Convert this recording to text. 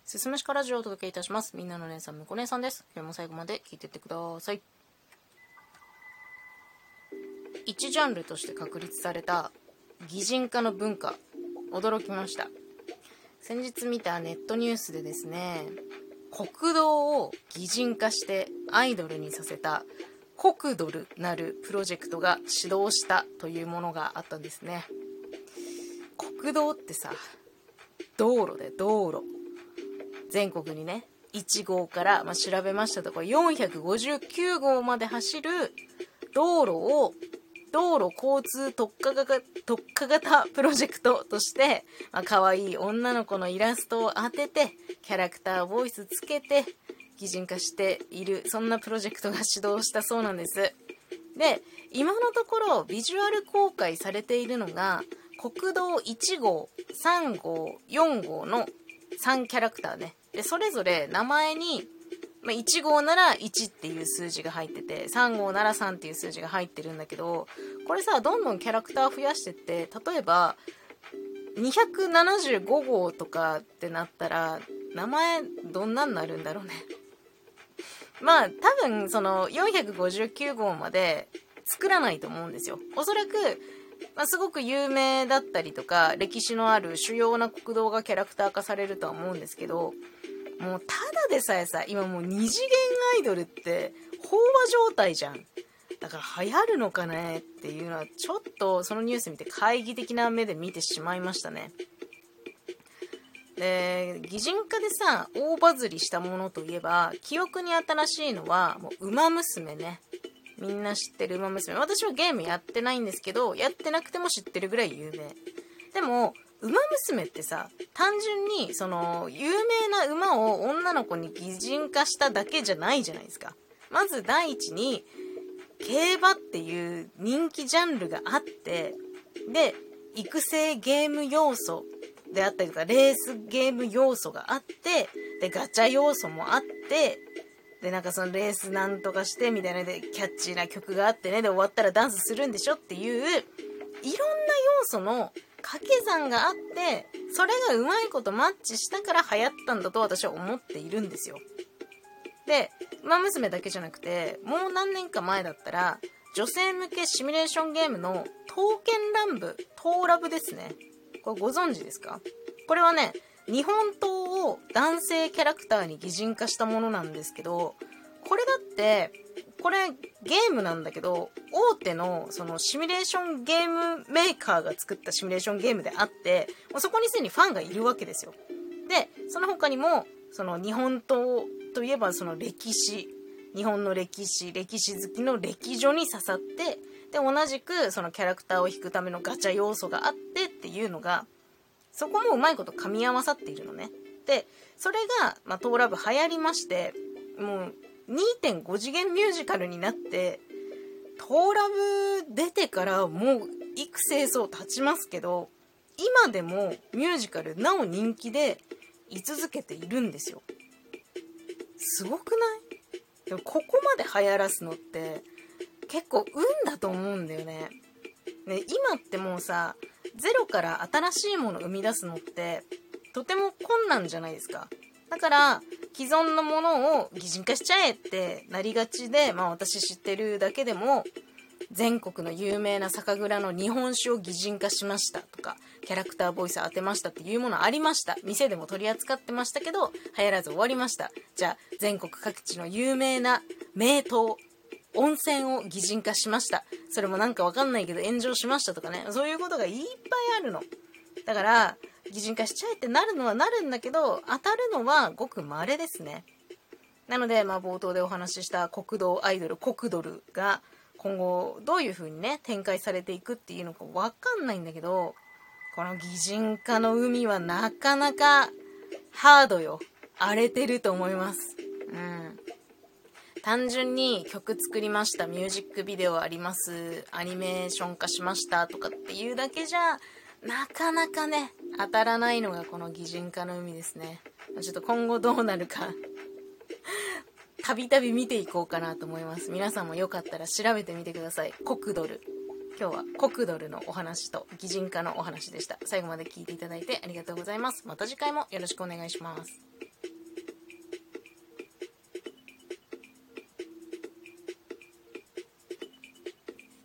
すすむしかラジオをお届けいたします。みんなの姉さん、むこ姉さんです。今日も最後まで聞いてってください。一ジャンルとして確立された擬人化の文化、驚きました。先日見たネットニュースでですね、国道を擬人化してアイドルにさせた国ドルなるプロジェクトが始動したというものがあったんですね。国道ってさ、道路で道路。全国にね、1号から、調べましたところ459号まで走る道路を道路交通特化型プロジェクトとして、可愛い女の子のイラストを当ててキャラクターボイスつけて擬人化している、そんなプロジェクトが始動したそうなんです。で、今のところビジュアル公開されているのが国道1号、3号、4号の3キャラクターね。で、それぞれ名前に1号なら1っていう数字が入ってて、3号なら3っていう数字が入ってるんだけど、これさ、どんどんキャラクター増やしてって、例えば275号とかってなったら名前どんなになるんだろうね。多分その459号まで作らないと思うんですよ。おそらくすごく有名だったりとか歴史のある主要な国道がキャラクター化されるとは思うんですけど、もうただでさえさ、今もう二次元アイドルって飽和状態じゃん。だから流行るのかねっていうのは、ちょっとそのニュース見て懐疑的な目で見てしまいましたね。で、擬人化でさ、大バズりしたものといえば、記憶に新しいのはもうウマ娘ね。みんな知ってるウマ娘。私はゲームやってないんですけど、やってなくても知ってるぐらい有名。でもウマ娘ってさ、単純にその有名な馬を女の子に擬人化しただけじゃないじゃないですか。まず第一に競馬っていう人気ジャンルがあって、で育成ゲーム要素であったりとかレースゲーム要素があって、でガチャ要素もあって、でなんかそのレースなんとかしてみたいなでキャッチーな曲があってね、で終わったらダンスするんでしょっていういろんな要素の掛け算があって、それがうまいことマッチしたから流行ったんだと私は思っているんですよ。で、ウマ娘だけじゃなくて、もう何年か前だったら女性向けシミュレーションゲームの刀剣乱舞、刀ラブですね。これご存知ですか？これはね、日本刀を男性キャラクターに擬人化したものなんですけど、これだってこれゲームなんだけど、大手のそのシミュレーションゲームメーカーが作ったシミュレーションゲームであって、もうそこにすでにファンがいるわけですよ。で、その他にもその日本刀といえばその歴史、日本の歴史好きの歴女に刺さって、で同じくそのキャラクターを引くためのガチャ要素があってっていうのが、そこもうまいこと噛み合わさっているのね。で、それがトーラブ流行りまして、もう2.5 次元ミュージカルになって、トーラブ出てからもう幾世相経ちますけど、今でもミュージカルなお人気で居続けているんですよ。すごくない？でもここまで流行らすのって結構運だと思うんだよね。ね、今ってもうさ、ゼロから新しいものを生み出すのってとても困難じゃないですか。だから既存のものを擬人化しちゃえってなりがちで、私知ってるだけでも全国の有名な酒蔵の日本酒を擬人化しましたとか、キャラクターボイス当てましたっていうものありました。店でも取り扱ってましたけど流行らず終わりました。じゃあ全国各地の有名な名湯、温泉を擬人化しました。それもなんかわかんないけど炎上しましたとかね、そういうことがいっぱいあるの。だから擬人化しちゃえってなるのはなるんだけど、当たるのはごく稀ですね。なので冒頭でお話しした国道アイドル国ドルが今後どういう風にね展開されていくっていうのかわかんないんだけど、この擬人化の海はなかなかハードよ。荒れてると思います。単純に曲作りました、ミュージックビデオあります、アニメーション化しましたとかっていうだけじゃなかなかね当たらないのがこの擬人化の海ですね。ちょっと今後どうなるかたびたび見ていこうかなと思います。皆さんもよかったら調べてみてください。国ドル、今日は国ドルのお話と擬人化のお話でした。最後まで聞いていただいてありがとうございます。また次回もよろしくお願いします。